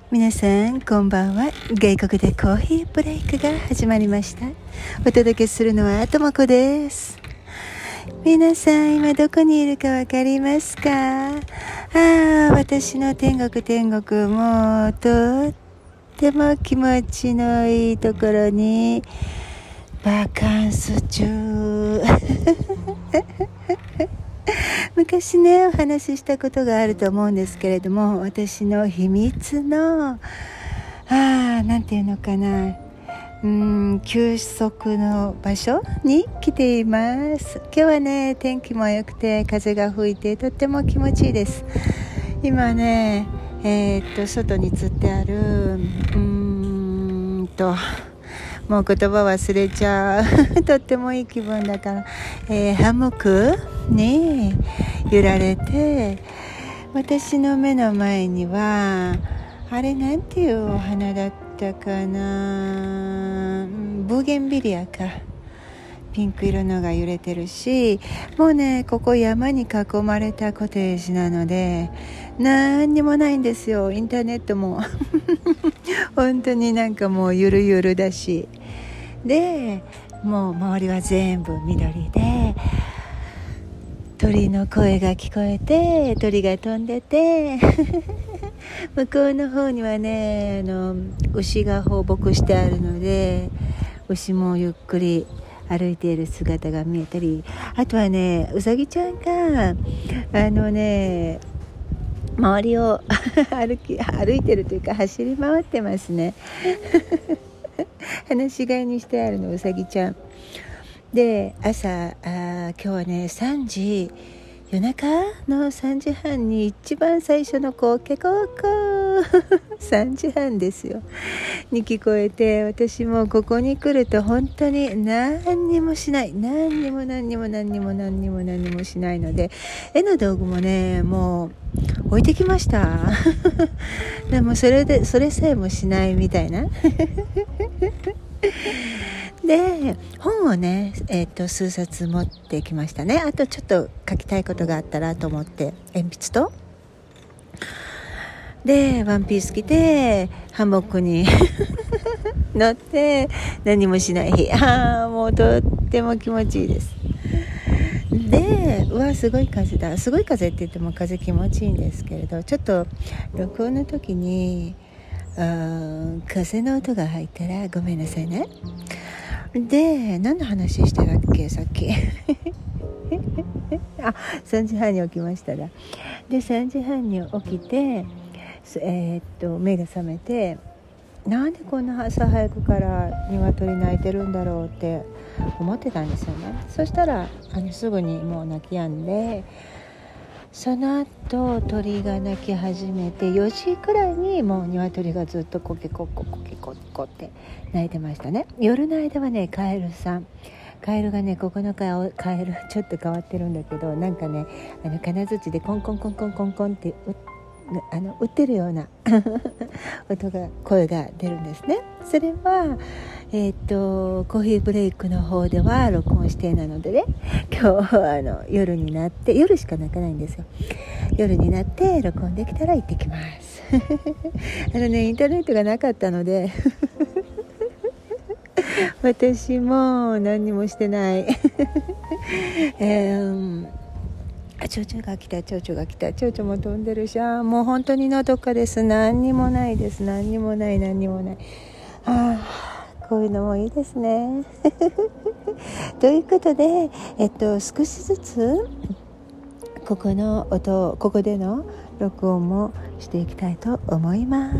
皆さんこんばんは。外国でコーヒーブレイクが始まりました。お届けするのはともこです。皆さん今どこにいるかわかりますか？私の天国もうとっても気持ちのいいところにバカンス中昔ねお話ししたことがあると思うんですけれども、私の秘密のなんていうのかな、休息の場所に来ています。今日はね天気も良くて風が吹いてとっても気持ちいいです。今ね外に釣ってあるもう言葉忘れちゃうとってもいい気分だから、ハンモックに揺られて、私の目の前にはあれなんていうお花だったかな、ブーゲンビリアか、ピンク色のが揺れてるし、もうねここ山に囲まれたコテージなので何にもないんですよ。インターネットも本当になんかもうゆるゆるだし、でもう周りは全部緑で鳥の声が聞こえて鳥が飛んでて向こうの方にはね牛が放牧してあるので牛もゆっくり歩いている姿が見えたり、あとはねうさぎちゃんが周りを歩いてるというか走り回ってますね放し飼いにしてあるのうさぎちゃんで、朝今日はね夜中の3時半に一番最初のコケコッコ3時半ですよに聞こえて、私もここに来ると本当に何にもしない、何にもしないので、絵の道具もねもう置いてきましたでもそれさえもしないみたいなで本をね、数冊持ってきましたね。あとちょっと書きたいことがあったらと思って鉛筆とでワンピース着てハンモックに乗って何もしない日、もうとっても気持ちいいです。ですごい風だ、すごい風って言っても風気持ちいいんですけれど、ちょっと録音の時に風の音が入ったらごめんなさいね。で何の話してたっけさっき3時半に起きましたら、で3時半に起きて目が覚めて、なんでこんな朝早くから鶏鳴いてるんだろうって思ってたんですよね。そしたらすぐにもう鳴き止んで、その後鳥が鳴き始めて4時くらいにもう鶏がずっとコケコッって鳴いてましたね。夜の間はねカエルがね、ここのカエルちょっと変わってるんだけど、なんかね金槌でコンコンって打ってるような声が出るんですね。それはコーヒーブレイクの方では録音してなのでね、今日夜になって、夜しか鳴かないんですよ。夜になって録音できたら行ってきますインターネットがなかったので私も何にもしてない蝶々が来た、蝶々も飛んでるし、もう本当にのどかです。何にもないです。何にもない。こういうのもいいですねということで、少しずつここでの録音もしていきたいと思います。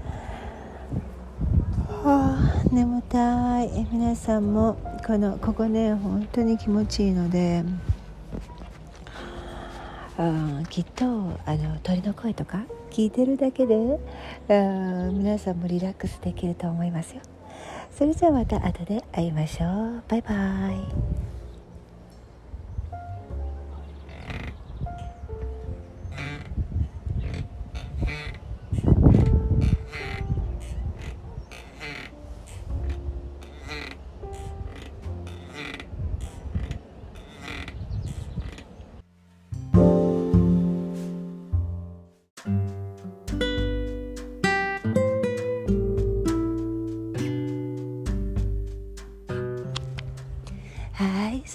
眠たい。皆さんもここね本当に気持ちいいので、きっと鳥の声とか聞いてるだけで皆さんもリラックスできると思いますよ。それじゃあまた後で会いましょう。バイバイ。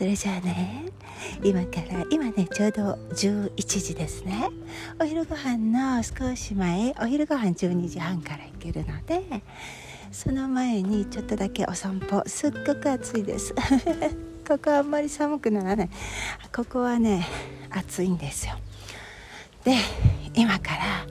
れじゃあね、今ねちょうど11時ですね。お昼ご飯の少し前、お昼ご飯12時半から行けるので、その前にちょっとだけお散歩。すっごく暑いですここはあんまり寒くならない。ここはね暑いんですよ。で今から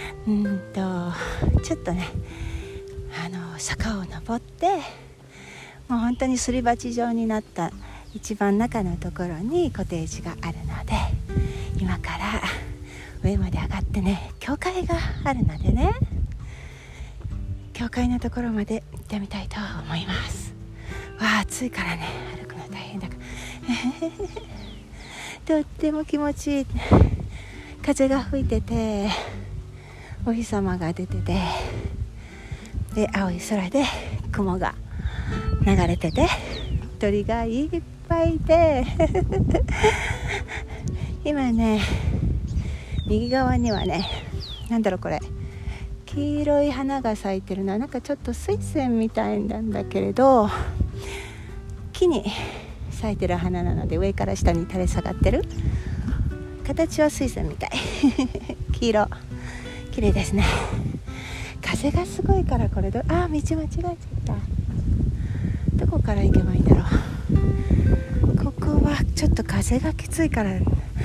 ちょっとね坂を登って、もう本当にすり鉢状になった一番中のところにコテージがあるので、今から上まで上がってね、教会があるのでね、教会のところまで行ってみたいと思います。わあ暑いからね、歩くの大変だからとっても気持ちいい。風が吹いてて、お日様が出てて、で青い空で雲が流れてて、鳥がいっぱいいて今ね右側にはね、これ黄色い花が咲いてるのはなんかちょっと水仙みたいなんだけれど、木に咲いてる花なので上から下に垂れ下がってる。形は水仙みたい黄色綺麗ですね。風がすごいから、これ道間違えちゃった。どこから行けばいいんだろう。ここはちょっと風がきついから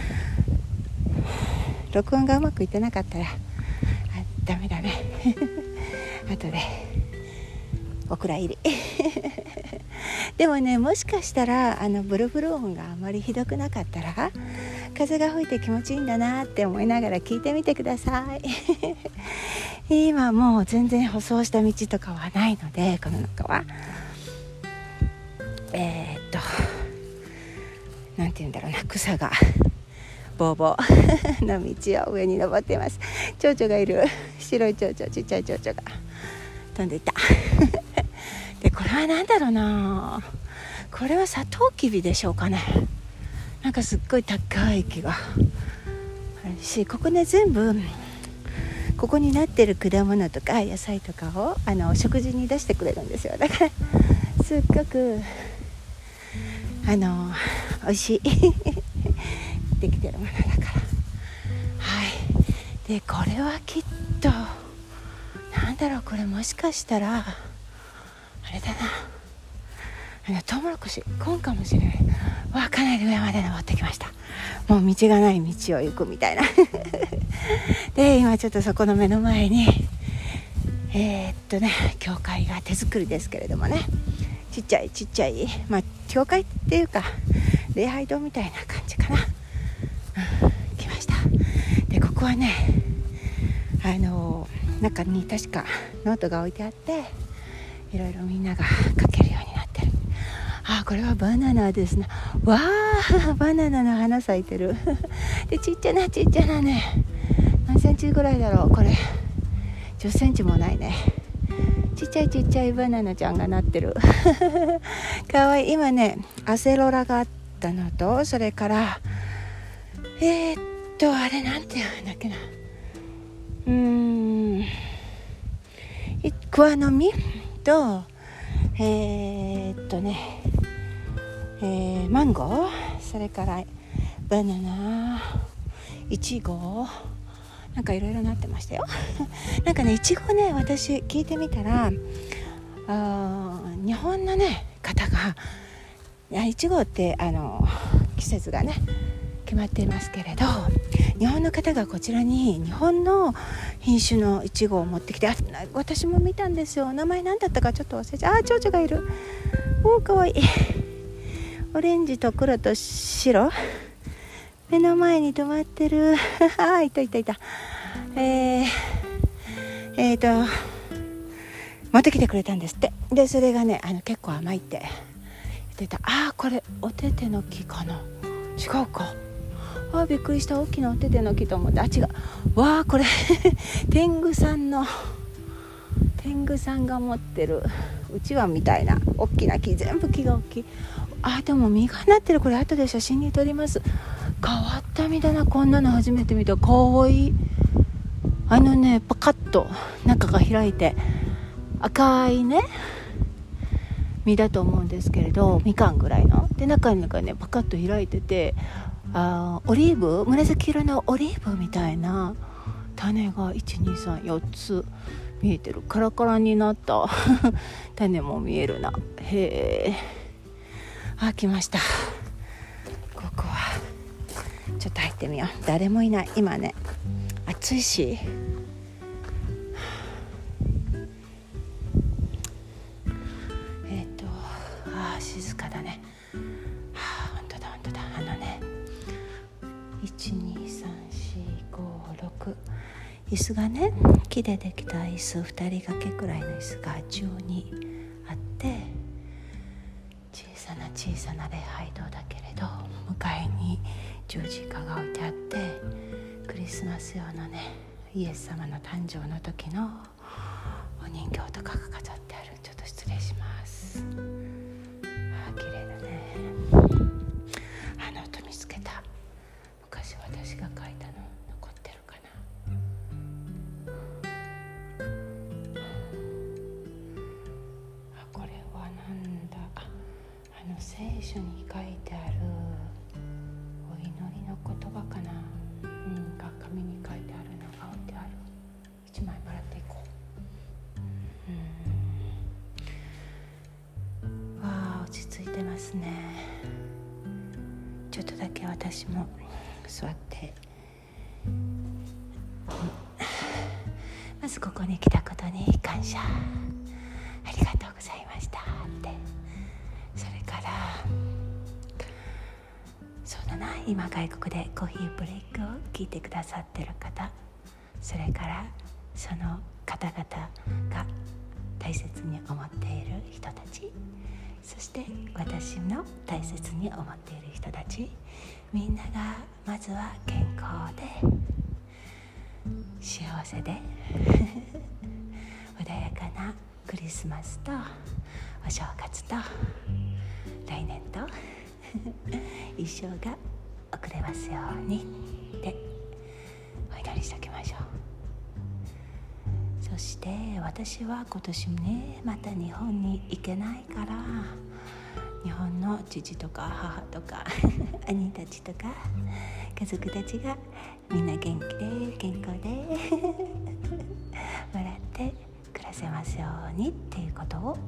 録音がうまくいってなかったらダメだね後でお蔵入りでもね、もしかしたらブルブル音があまりひどくなかったら、風が吹いて気持ちいいんだなって思いながら聞いてみてください今もう全然舗装した道とかはないので、この中はなんて言うんだろうな、草がボーボーの道を上に登っています。蝶々がいる。白い蝶々、ちっちゃい蝶々が飛んでいたでこれは何だろうな、これはサトウキビでしょうかね。なんかすっごい高い木があるし、ここね全部ここになってる果物とか野菜とかを食事に出してくれるんですよ。だからすっごく美味しいできてるものだから。はい。でこれはきっとこれもしかしたらあれだな、トウモロコシコーンかもしれない。かなり上まで登ってきました。もう道がない道を行くみたいなで今ちょっとそこの目の前に教会が手作りですけれどもね、ちっちゃい教会っていうか礼拝堂みたいな感じかな、来ました。でここはね中に確かノートが置いてあって、いろいろみんなが書けるようになってる。これはバナナですね。わー、バナナの花咲いてるでちっちゃなね、何センチぐらいだろう、これ10センチもないね。ちっちゃいバナナちゃんがなってるかわいい。今ねアセロラがあったのと、それからあれなんていうんだっけな、桑の実とマンゴー、それからバナナ、イチゴ、なんかいろいろなってましたよなんかねイチゴね、私聞いてみたら日本のね方がイチゴって季節がね決まっていますけれど、日本の方がこちらに日本の品種のイチゴを持ってきて、私も見たんですよ。名前何だったかちょっと忘れちゃう。蝶々がいる。かわいい。オレンジと黒と白、目の前に止まってるいた持ってきてくれたんですって。でそれがね結構甘いって言ってた。これお手手の木かな、違うか。びっくりした。大きなお手手の木と思って、違う。これ天狗さんが持ってるうちわみたいな大きな木、全部木が大きい。でも実がなってる。これ後で写真に撮ります。変わった実だな、こんなの初めて見た。かわいい。パカッと中が開いて赤いね実だと思うんですけれど、みかんぐらいので中がねパカッと開いてて、オリーブ、紫色のオリーブみたいな種が1,2,3,4つ見えてる。カラカラになった種も見えるな。へえ、来ました。ここはちょっと入ってみよう。誰もいない。今ね暑いし、静かだね。本当だ本当だ。1,2,3,4,5,6椅子がね、木でできた椅子2人掛けくらいの椅子が12あって、小さな礼拝堂だけれど向かいに十字架が置いてあって、クリスマス用のねイエス様の誕生の時のお人形とかが飾ってある。ちょっと失礼します。綺麗だね。音見つけた。昔私が描いたの残ってるかな。これはなんだ。聖書に書いてあるお祈りの言葉かな。が紙に書いてあるのが置いてある。1枚もらっていこう。落ち着いてますね。ちょっとだけ私も座ってまずここに来たことに感謝、ありがとうございましたって。それからそうだな、今外国でコーヒーブレイクを聞いてくださってる方、それからその方々が大切に思っている人たち、そして私の大切に思っている人たち、みんながまずは健康で幸せで穏やかなクリスマスとお正月と来年と一生が送れますようにってお祈りしておきましょう。そして私は今年ねまた日本に行けないから、日本の父とか母とか兄たちとか家族たちがみんな元気で健康で笑って暮らせますようにっていうことを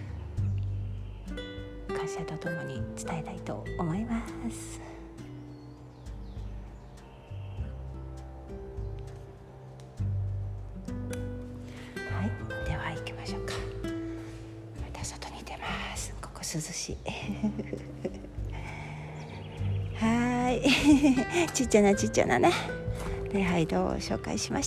感謝とともに伝えたいと思います。はい、では行きましょうか。また外に出ます。ここ涼しいはいちっちゃなね礼拝堂を紹介しました。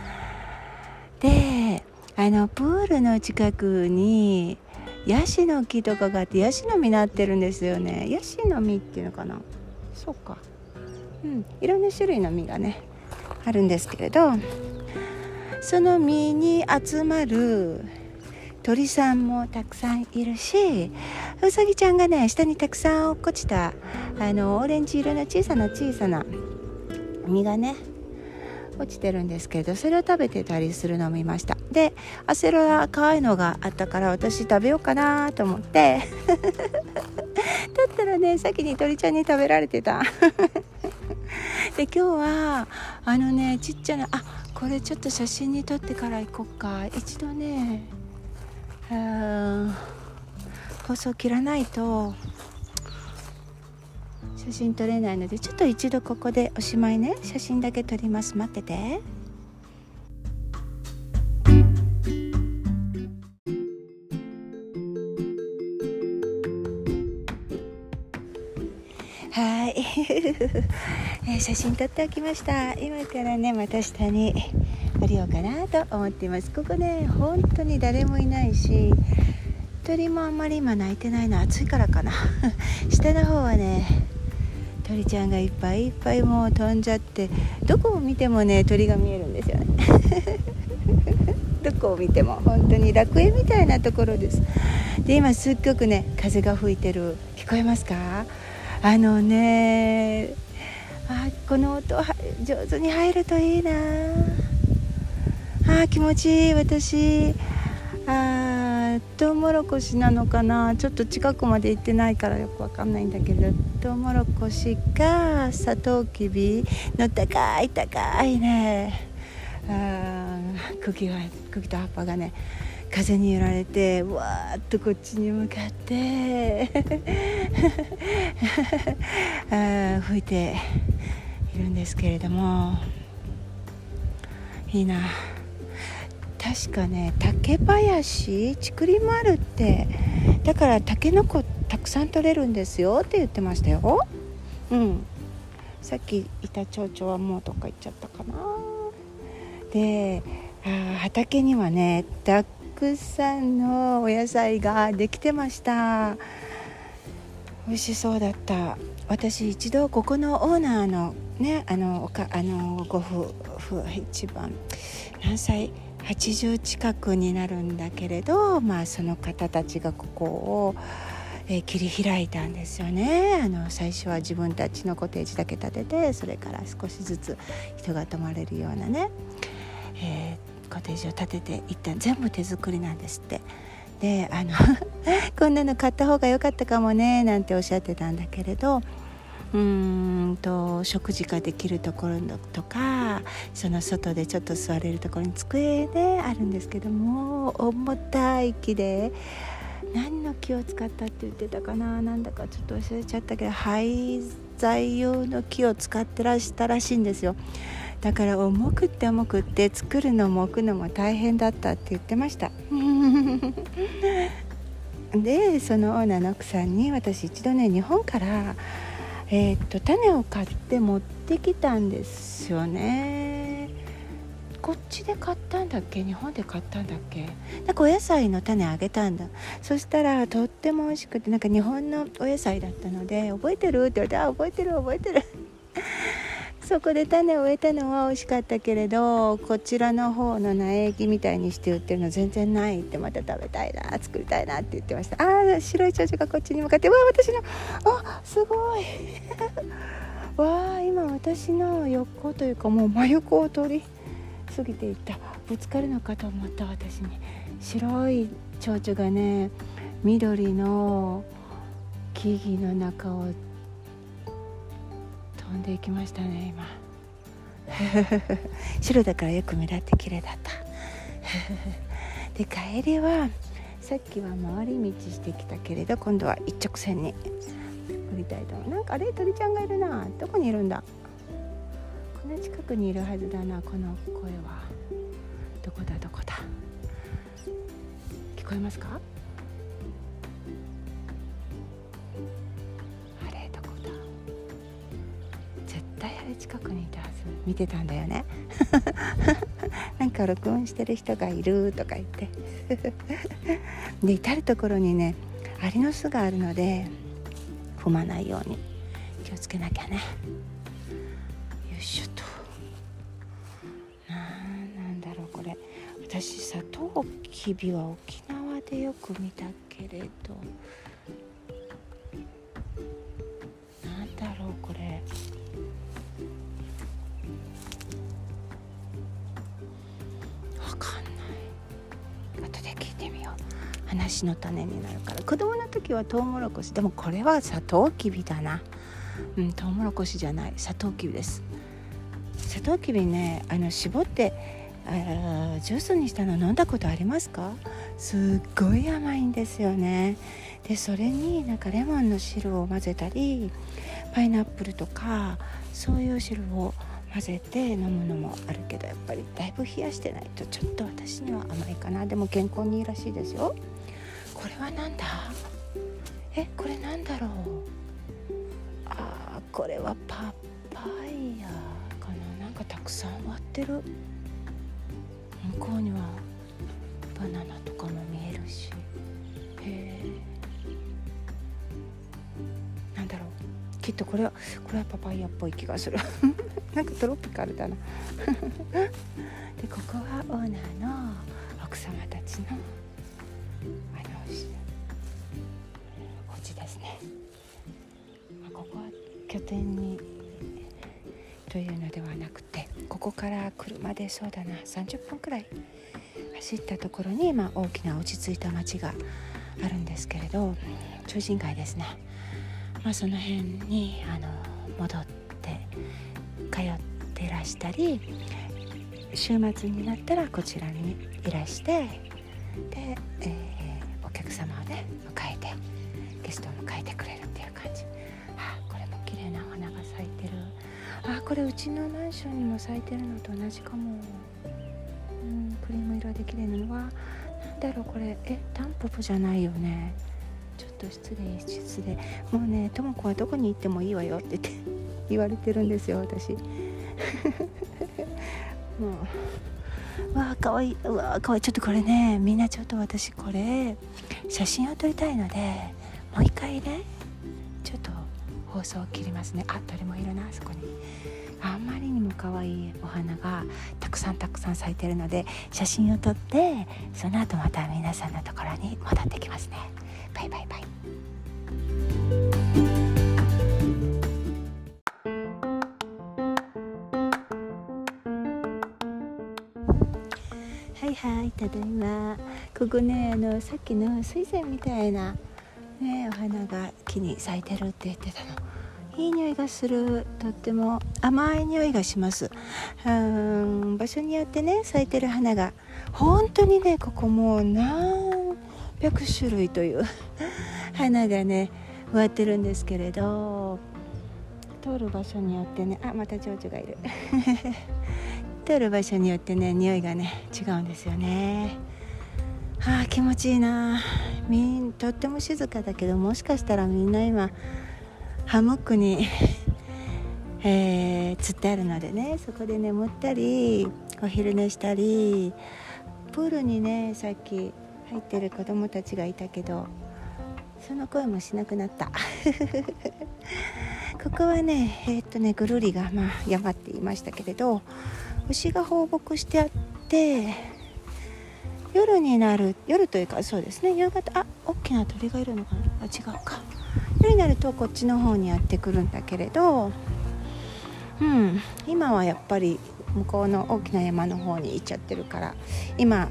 で、プールの近くにヤシの木とかがあって、ヤシの実なってるんですよね。ヤシの実っていうのかな、そうか、いろんな種類の実がねあるんですけれど、その実に集まる鳥さんもたくさんいるし、ウサギちゃんがね下にたくさん落っこちたオレンジ色の小さな実がね落ちてるんですけれど、それを食べてたりするのを見ました。で、アセロラ可愛いのがあったから私食べようかなと思ってだったらね先に鳥ちゃんに食べられてたで、今日はちっちゃなこれちょっと写真に撮ってから行こうか。一度ね放送切らないと写真撮れないので、ちょっと一度ここでおしまいね。写真だけ撮ります。待ってて。はい写真撮っておきました。今からねまた下に降りようかなと思っています。ここね本当に誰もいないし、鳥もあんまり今鳴いてないの、暑いからかな下の方はね鳥ちゃんがいっぱいいっぱいもう飛んじゃって、どこを見てもね鳥が見えるんですよねどこを見ても本当に楽園みたいなところです。で、今すっごくね風が吹いてる。聞こえますか？この音上手に入るといいな。気持ちいい。私トウモロコシなのかな、ちょっと近くまで行ってないからよくわかんないんだけど、トウモロコシかサトウキビの高い高いね、茎と葉っぱがね風に揺られてわーっとこっちに向かって吹いているんですけれども、いいな。確かね竹林竹林もあるって、だからタケノコたくさん取れるんですよって言ってましたよ。さっきいた蝶々はもうどっか行っちゃったかな。で畑にはねたくさんのお野菜ができてました。美味しそうだった。私一度ここのオーナーのねご夫婦一番何歳80近くになるんだけれど、その方たちがここを、切り開いたんですよね。最初は自分たちのコテージだけ建てて、それから少しずつ人が泊まれるようなね、コテージを建てていった。全部手作りなんですって。でこんなの買った方が良かったかもねなんておっしゃってたんだけれど、食事ができるところとか、その外でちょっと座れるところに机であるんですけども、重たい木で何の木を使ったって言ってたかな、なんだかちょっと忘れちゃったけど廃材用の木を使ってらしたらしいんですよ。だから重くって作るのも置くのも大変だったって言ってましたでそのオーナーの奥さんに私一度ね日本から種を買って持ってきたんですよね。こっちで買ったんだっけ、日本で買ったんだっけ。なんかお野菜の種あげたんだ。そしたらとっても美味しくて、なんか日本のお野菜だったので覚えてるって言われて、覚えてるそこで種を植えたのは美味しかったけれど、こちらの方の苗木みたいにして売ってるの全然ないって、また食べたいな作りたいなって言ってました。白い蝶々がこっちに向かって、私のすごい今私の横というかもう真横を通り過ぎていった。ぶつかるのかと思った。私に白い蝶々がね緑の木々の中を飛んでいきましたね今白だからよく目立って綺麗だったで帰りはさっきは回り道してきたけれど、今度は一直線に降りたいと思う。なんか鳥ちゃんがいるな。どこにいるんだ。こんな近くにいるはずだな。この声はどこだ聞こえますか。近くにいたはず。見てたんだよねなんか録音してる人がいるとか言ってで至る所にねアリの巣があるので踏まないように気をつけなきゃね。よいしょと。なんだろうこれ。私サトウキビは沖縄でよく見たけれど、なんだろうこれ。後で聞いてみよう。話の種になるから。子供の時はトウモロコシ、でもこれはサトウキビだな。トウモロコシじゃない、サトウキビです。サトウキビね絞ってジュースにしたの飲んだことありますか。すっごい甘いんですよね。でそれになんかレモンの汁を混ぜたりパイナップルとかそういう汁を混ぜて飲むのもあるけど、やっぱりだいぶ冷やしてないとちょっと私には甘いかな。でも健康にいいらしいですよ。これはなんだ。これなんだろう。これはパパイヤかな。なんかたくさん割ってる。向こうにはバナナとかも見えるし、なんだろう。きっとこれはパパイヤっぽい気がするなんかトロピカルだなでここはオーナーの奥様たちのお家ですね。ここは拠点にというのではなくて、ここから車でそうだな30分くらい走ったところに、大きな落ち着いた町があるんですけれど、中心街ですね。その辺に戻って通ってらしたり、週末になったらこちらにいらして、で、お客様をね迎えて、ゲストを迎えてくれるっていう感じ。これも綺麗なお花が咲いてる。これうちのマンションにも咲いてるのと同じかも。クリーム色で綺麗なのはなんだろうこれ。タンポポじゃないよね。ちょっと失礼。もうね、ともこはどこに行ってもいいわよって言われてるんですよ、私。もうかわいい。かわいい。ちょっとこれね、みんなちょっと私これ写真を撮りたいので、もう一回ねちょっと放送を切りますね。鳥もいるな、あそこに。あんまりにも可愛いお花がたくさん咲いてるので、写真を撮って、その後また皆さんのところに戻ってきますね。バイバイ。はい、ただいま。ここね、さっきの水仙みたいなね、お花が木に咲いてるって言ってたの。いい匂いがする。とっても甘い匂いがします。場所によってね咲いてる花が本当にね、ここもう何百種類という花がね植わってるんですけれど、通る場所によってね、また蝶々がいる通る場所によってね匂いがね違うんですよね。気持ちいいな。とっても静かだけど、もしかしたらみんな今ハンモックに、釣ってあるのでね、そこで眠ったりお昼寝したり、プールにねさっき入ってる子供たちがいたけど、その声もしなくなったここはねぐるりが山って言いましたけれど、牛が放牧してあって、夜というか、そうですね、夕方大きな鳥がいるのかな。違うか。夜になるとこっちの方にやってくるんだけれど、今はやっぱり向こうの大きな山の方に行っちゃってるから、今、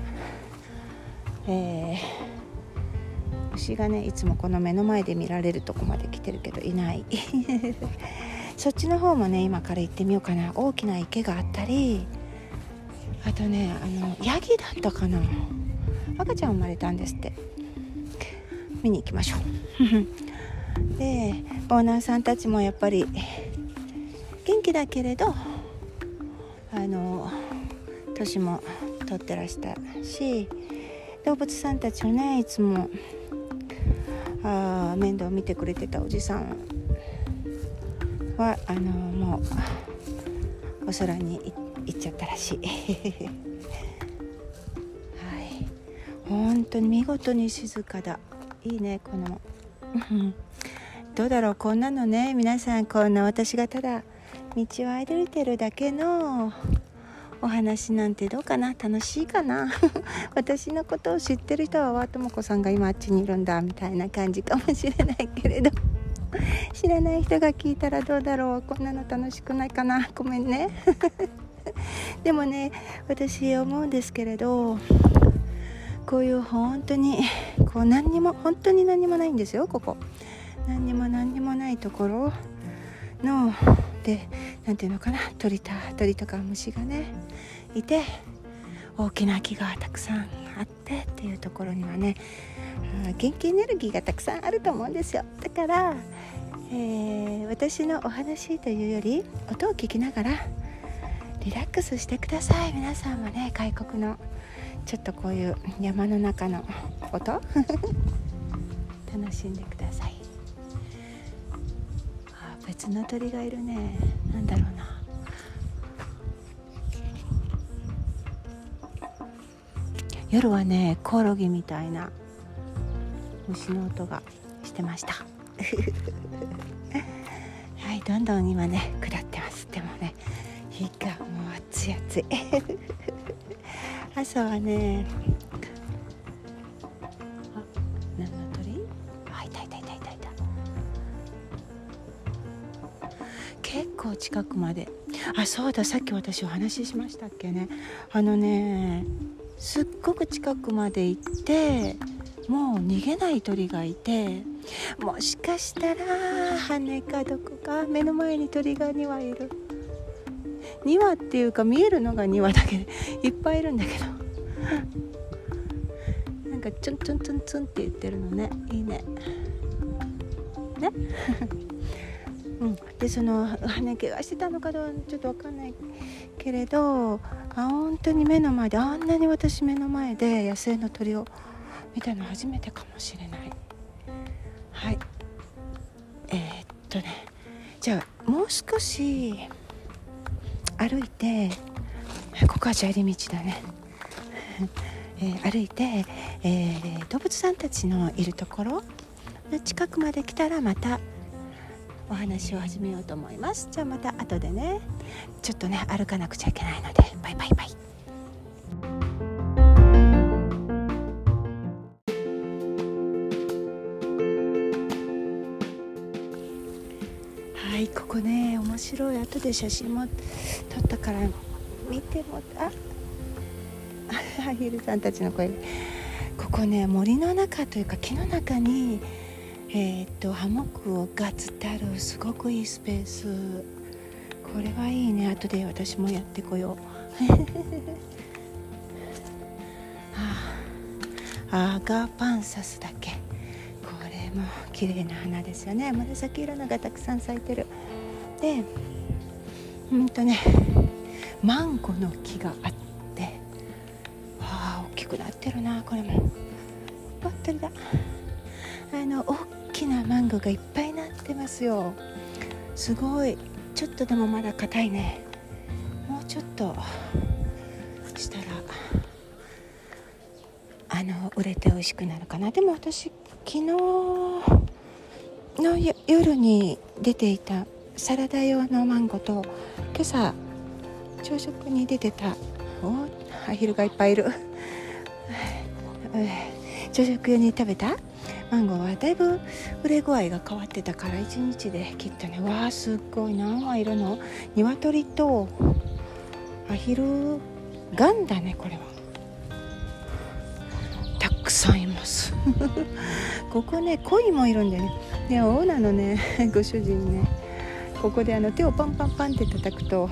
牛がねいつもこの目の前で見られるとこまで来てるけどいないそっちの方もね今から行ってみようかな。大きな池があったり、あとねヤギだったかな、赤ちゃん生まれたんですって。見に行きましょうで、オーナーさんたちもやっぱり元気だけれど年も取ってらしたし、動物さんたちをねいつも面倒を見てくれてたおじさんはもうお空に行っちゃったらしい本当に見事に静かだ。いいね、このどうだろう、こんなのね、皆さんこんな私がただ道を歩いてるだけのお話なんてどうかな、楽しいかな私のことを知ってる人はともこさんが今あっちにいるんだみたいな感じかもしれないけれど知らない人が聞いたらどうだろう、こんなの楽しくないかな、ごめんねでもね、私思うんですけれど、こういう本当に本当に何にもないんですよ。ここ何にもないところので、なんていうのかな、鳥とか虫がねいて、大きな木がたくさんあってっていうところにはね、元気エネルギーがたくさんあると思うんですよ。だから、私のお話というより音を聞きながらリラックスしてください。皆さんもね、外国のちょっとこういう山の中の音楽しんでください。別の鳥がいるね。なんだろうな。夜はね、コオロギみたいな虫の音がしてましたはい、どんどん今ね下ってます。でもね、日がもう暑い朝はね、何の鳥？いた。結構近くまで。そうだ、さっき私お話ししましたっけね。 すっごく近くまで行ってもう逃げない鳥がいて、もしかしたら羽かどこか目の前に鳥が2羽いる。2羽っていうか見えるのが2羽だけでいっぱいいるんだけどなんかチュンチュンチュンチュンって言ってるのね。いいねねでその羽怪我してたのかどうちょっと分かんないけれど、本当に目の前であんなに私目の前で野生の鳥を見たの初めてかもしれない。はいじゃあもう少し歩いて、ここは砂利道だね歩いて、動物さんたちのいるところの近くまで来たらまたお話を始めようと思います。じゃあまた後でね。ちょっとね歩かなくちゃいけないのでバイバイバイ。はい、ここね面白い。後で写真も撮ったから見てもアヒルさんたちの声。ここね森の中というか木の中にハンモックがつってあるすごくいいスペース。これはいいね。後で私もやってこようアガパンサスだっけ。これも綺麗な花ですよね。紫色のがたくさん咲いてる。でマンゴーの木があって、大きくなってるな。これも鳥だ。大きなマンゴーがいっぱいなってますよ。すごい。ちょっとでもまだ硬いね。もうちょっとしたら売れて美味しくなるかな。でも私昨日の夜に出ていたサラダ用のマンゴーと今朝朝食に出てたアヒルがいっぱいいる朝食用に食べたマンゴーはだいぶ売れ具合が変わってたから1日で切ったね。わあすっごい。何羽いるの。鶏とアヒルガンだね。これはたくさんいますここね鯉もいるんでね。でオーナーのねご主人ね、ここで手をパンパンパンって叩くと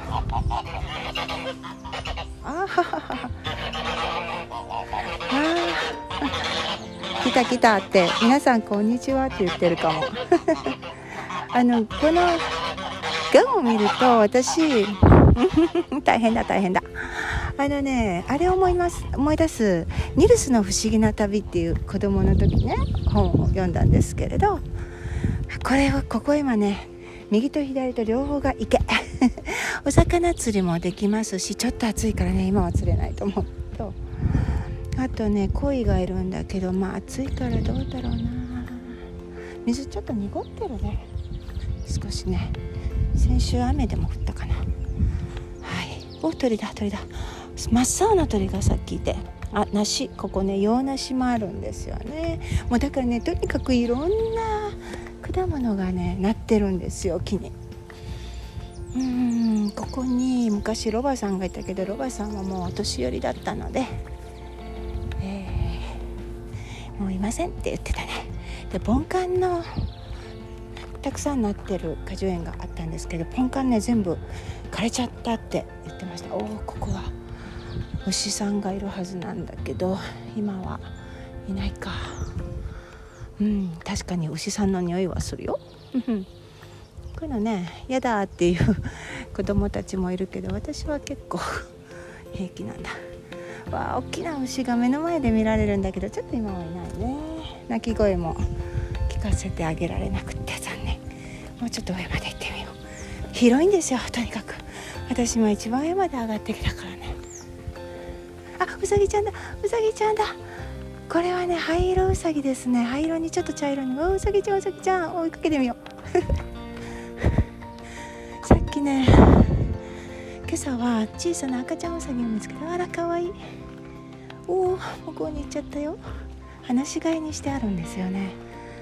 来たって皆さんこんにちはって言ってるかもこのガンを見ると私大変だあれを思い出すニルスの不思議な旅っていう子供の時ね本を読んだんですけれど、ここ今ね右と左と両方が池お魚釣りもできますし、ちょっと暑いからね今は釣れないと思うと、あとね鯉がいるんだけど、暑いからどうだろうな。水ちょっと濁ってるね少しね。先週雨でも降ったかな。はい。鳥だ真っ青な鳥がさっきいて、梨、ここね洋梨もあるんですよね。もうだからねとにかくいろんな果物がねなってるんですよ木に。ここに昔ロバさんがいたけど、ロバさんはもうお年寄りだったので、もういませんって言ってたね。でポンカンのたくさんなってる果樹園があったんですけど、ポンカンね全部枯れちゃったって言ってました。ここは牛さんがいるはずなんだけど今はいないか。確かに牛さんの匂いはするよこういうのねやだっていう子供たちもいるけど、私は結構平気なんだ。大きな牛が目の前で見られるんだけど、ちょっと今はいないね。鳴き声も聞かせてあげられなくて残念。もうちょっと上まで行ってみよう。広いんですよとにかく。私も一番上まで上がってきたからね。ウサギちゃんだ。これはね灰色ウサギですね。灰色にちょっと茶色にウサギちゃん追いかけてみようさっきね今朝は小さな赤ちゃんウサギを見つけた。かわいい。向こうに行っちゃったよ。放し飼いにしてあるんですよね。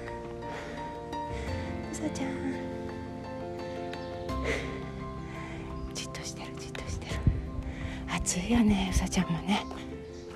ウサちゃんじっとしてる。暑いよねウサちゃんもね。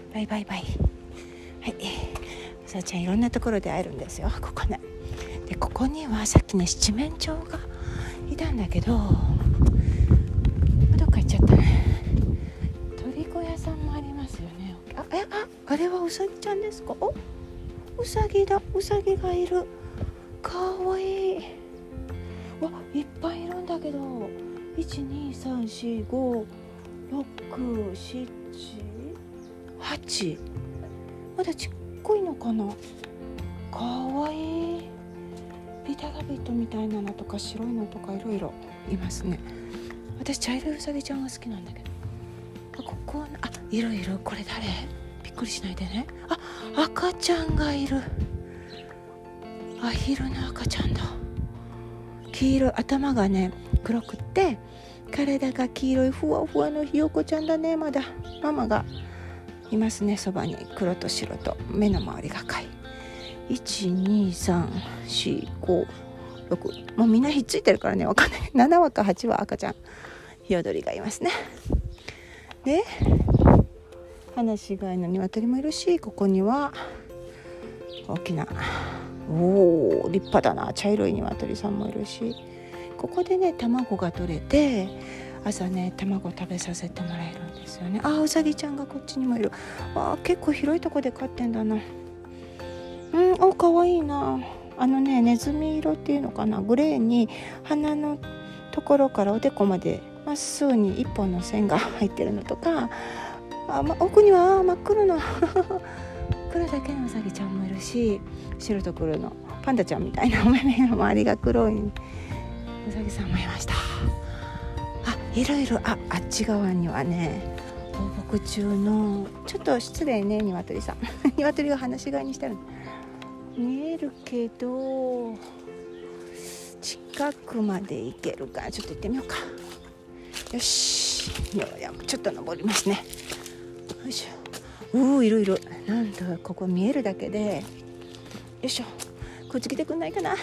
バイバイバイ。はい、うさちゃんいろんなところで会えるんですよ、ここね。でここにはさっきね七面鳥がいたんだけど、どっか行っちゃったね。鳥小屋さんもありますよね。あれはうさぎちゃんですか？お、うさぎだ。うさぎがいる。かわいい。わ、いっぱいいるんだけど、123456788、まだちっこいのかな。かわいい。ピーターラビットみたいなのとか白いのとかいろいろいますね。私茶色いうさぎちゃんが好きなんだけど。ここいる。これ誰？びっくりしないでね。赤ちゃんがいる。アヒルの赤ちゃんだ。黄色い、頭がね黒くって体が黄色いふわふわのひよこちゃんだね。まだママがいますね、そばに。黒と白と目の周りが赤い。12345もうみんなひっついてるからね、わかんない。7羽か8羽赤ちゃんヒヨドリがいますね。で放し飼いの鶏もいるし、ここには大きな立派だな茶色い鶏さんもいるし、ここでね卵が取れて朝ね卵食べさせてもらえるんですよね。うさぎちゃんがこっちにもいる。結構広いとこで飼ってんだな。かわいいな。ネズミ色っていうのかな、グレーに鼻のところからおでこまでまっすぐに一本の線が入ってるのとか、奥には真っ黒の黒だけのうさぎちゃんもいるし、白と黒のパンダちゃんみたいなお目目の周りが黒いうさぎさんもいました。いろいろ。あっち側にはね放牧中の、ちょっと失礼ね鶏さん鶏が放し飼いにしてる見えるけど、近くまで行けるか。ちょっと行ってみようか。よし、ちょっと登りますね。よいしょ。いる。なんとここ見えるだけで、よいしょ、こっち来てくんないかな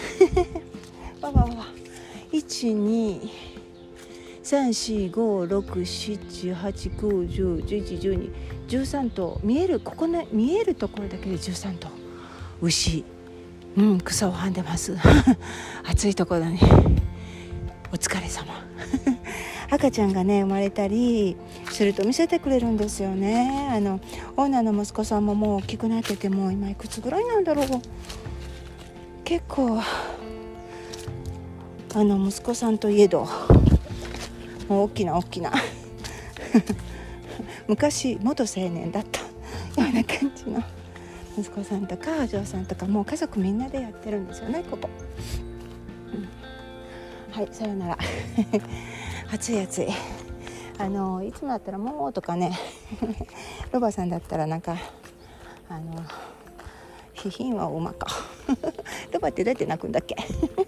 12345678910111213頭見える。ここね見えるところだけで13頭牛、草をはんでます暑いところにお疲れ様赤ちゃんがね生まれたりすると見せてくれるんですよね。オーナーの息子さんももう大きくなってて、もう今いくつぐらいなんだろう。結構息子さんといえどもう大きな昔元青年だったような感じの息子さんとかお嬢さんとか、もう家族みんなでやってるんですよね、ここ。はい、さよなら暑い。いつもだったらもうとかねロバさんだったらなんかヒヒンは馬かロバってどうやって鳴くんだっけ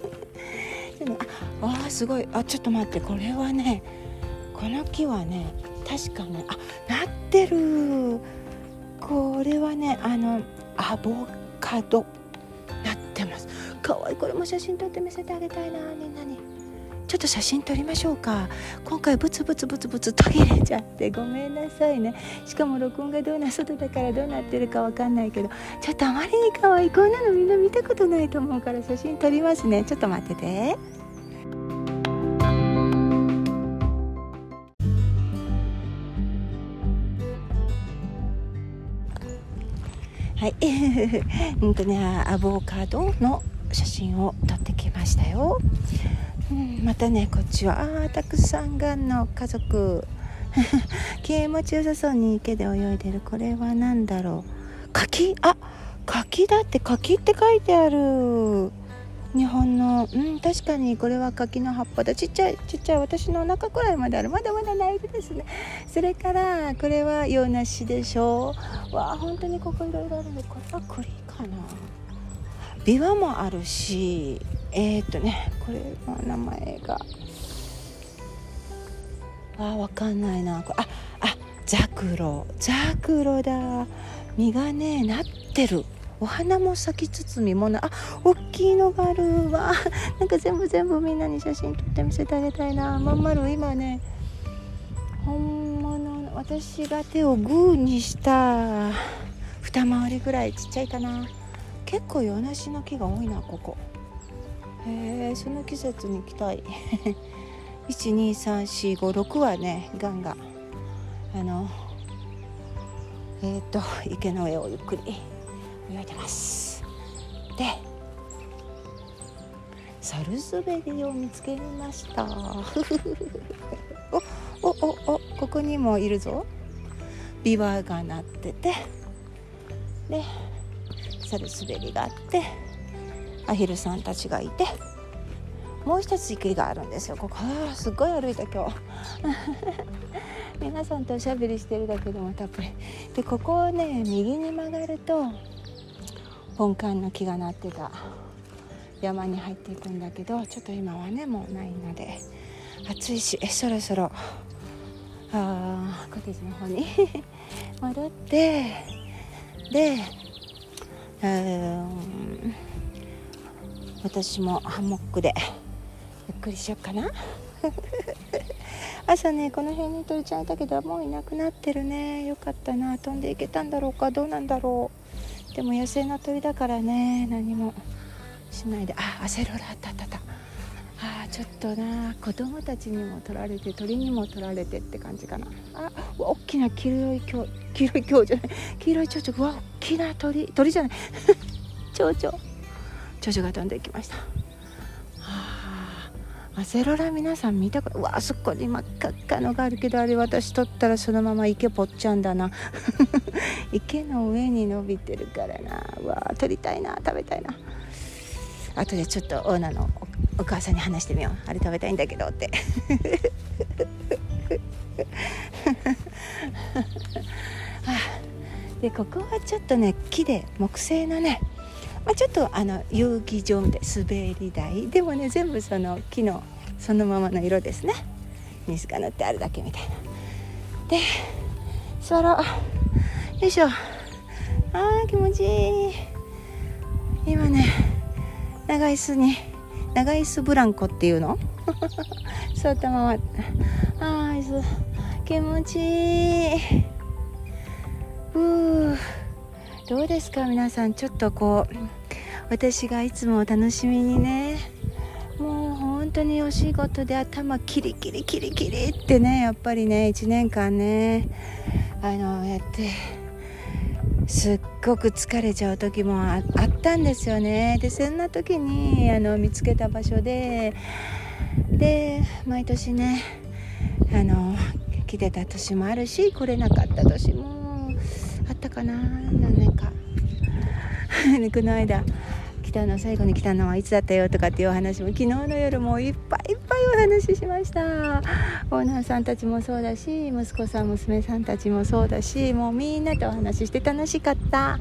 すごい。ちょっと待って、これはね、この木はね確かねなってる。これはねアボカドなってます。かわいい。これも写真撮って見せてあげたいな、みんなに。ちょっと写真撮りましょうか。今回ブツ途切れちゃってごめんなさいね。しかも録音がどうな外だからどうなってるかわかんないけど、ちょっとあまりに可愛い。こんなのみんな見たことないと思うから写真撮りますね。ちょっと待ってて。はいアボカドの写真を撮ってきましたよ。またね、こっちはたくさんがんの家族気持ちよさそうに池で泳いでる。これは何だろう。柿だって。柿って書いてある。日本の確かにこれは柿の葉っぱだ。ちっちゃい私のお腹くらいまである。まだまだないですね。それからこれは洋梨でしょ。本当にここいろいろあるね。これは栗かな。ビワもあるし、これの名前がわかんないな。ザクロだ。実がねなってる。お花も咲き包みも大きいのがあるわ。なんか全部みんなに写真撮って見せてあげたいな。まん丸今ね本物の私が手をグーにした二回りぐらいちっちゃいかな。結構洋梨の木が多いなここ。その季節に来たい12345はねガンガン池の上をゆっくり泳いでます。でサルスベリを見つけましたここにもいるぞ。ビワがなってて、でサルスベリがあって、アヒルさんたちがいて、もう一つ池があるんですよ。ここすっごい歩いた今日皆さんとおしゃべりしてるだけでもたっぷりで、ここをね右に曲がるとポンカンの木がなってた山に入っていくんだけど、ちょっと今はねもうないので暑いし、そろそろコテージの方に戻って、で私もハンモックでゆっくりしよっかな朝ねこの辺に鳥ちゃんいたけどもういなくなってるね。よかったな。飛んでいけたんだろうか、どうなんだろう。でも野生の鳥だからね何もしないで。アセロラあった。ちょっとな、子供たちにも取られて鳥にも取られてって感じかな。大きな黄色い蝶々、うわ大きな鳥じゃない蝶々が飛んできました。アセロラ皆さん見たこと、あそこに真っ赤っかのがあるけど、あれ私取ったらそのまま池ぽっちゃんだな池の上に伸びてるからな。取りたいな、食べたいな。後でちょっとオーナーのお母さんに話してみよう。あれ食べたいんだけどってでここはちょっとね木で木製のね、ちょっと遊技場みたい、滑り台でもね全部その木のそのままの色ですね。水が塗ってあるだけみたいな。で座ろう。よいしょ。気持ちいい。今ね長椅子ブランコっていうの座ったまま気持ちいい。どうですか皆さん。ちょっとこう私がいつも楽しみにね、もう本当にお仕事で頭キリキリってね、やっぱりね1年間ねやってすっごく疲れちゃう時もあったんですよね。でそんな時に見つけた場所で毎年ね来てた年もあるし、来れなかった年もあったかな、何年かこの間最後に来たのはいつだったよとかっていうお話も昨日の夜もいっぱいお話ししました。オーナーさんたちもそうだし、息子さん娘さんたちもそうだし、もうみんなとお話しして楽しかった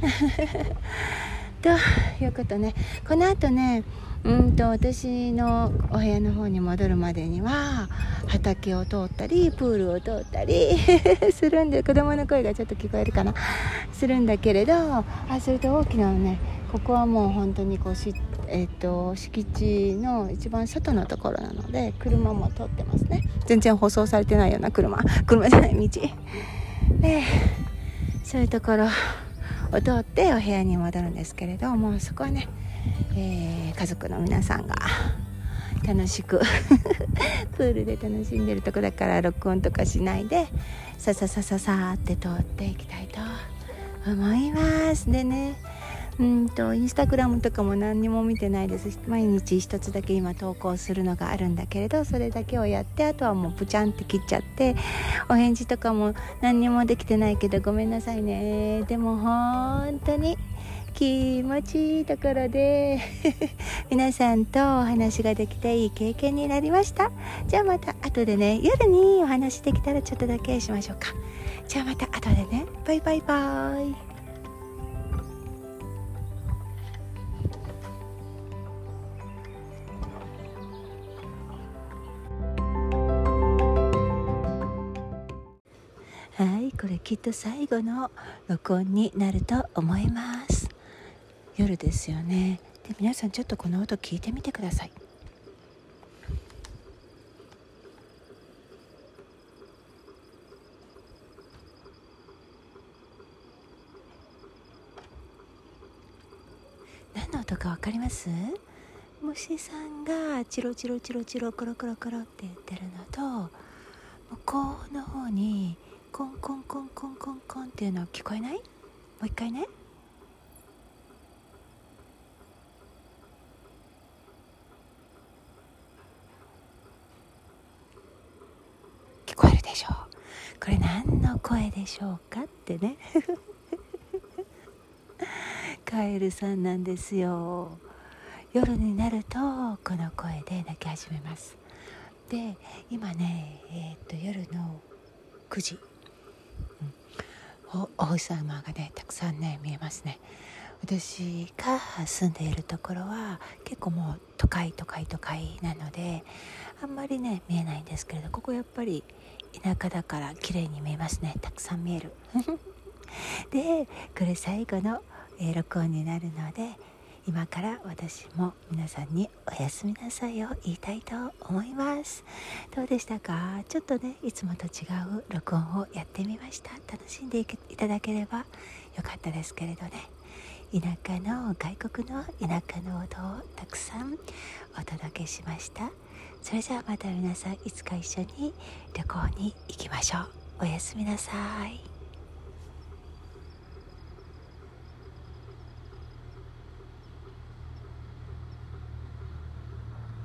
ということね。この後ね私のお部屋の方に戻るまでには畑を通ったりプールを通ったりするんで、子供の声がちょっと聞こえるかな、するんだけれど、それと大きなね、ここはもう本当にこう敷地の一番外のところなので車も通ってますね。全然舗装されてないような車じゃない道で、そういうところを通ってお部屋に戻るんですけれども、うそこはね、家族の皆さんが楽しくプールで楽しんでるとこだから録音とかしないでさって通っていきたいと思います。でね、インスタグラムとかも何にも見てないです。毎日一つだけ今投稿するのがあるんだけれど、それだけをやって、あとはもうプチャンって切っちゃって、お返事とかも何にもできてないけどごめんなさいね。でも本当に気持ちいいところで皆さんとお話ができていい経験になりました。じゃあまた後でね、夜にお話できたらちょっとだけしましょうか。じゃあまた後でね。バイバイバイ。はい、これきっと最後の録音になると思います。夜ですよね。で、皆さんちょっとこの音聞いてみてください。 の音か分かります？虫さんがチロチロチロチロコロコロコロって言ってるのと、向こうの方にコンコンコンコンコンコンっていうの聞こえない？もう一回ね。聞こえるでしょう？これ何の声でしょうかってねカエルさんなんですよ。夜になるとこの声で鳴き始めます。で今ね、夜の9時、お星様がねたくさんね見えますね。私が住んでいるところは結構もう都会なのであんまりね見えないんですけれど、ここやっぱり田舎だから綺麗に見えますね。たくさん見えるでこれ最後の、録音になるので、今から私も皆さんにおやすみなさいを言いたいと思います。どうでしたか？ちょっとねいつもと違う録音をやってみました。楽しんでいただければよかったですけれどね、田舎の外国の田舎の音をたくさんお届けしました。それじゃあまた皆さんいつか一緒に旅行に行きましょう。おやすみなさい。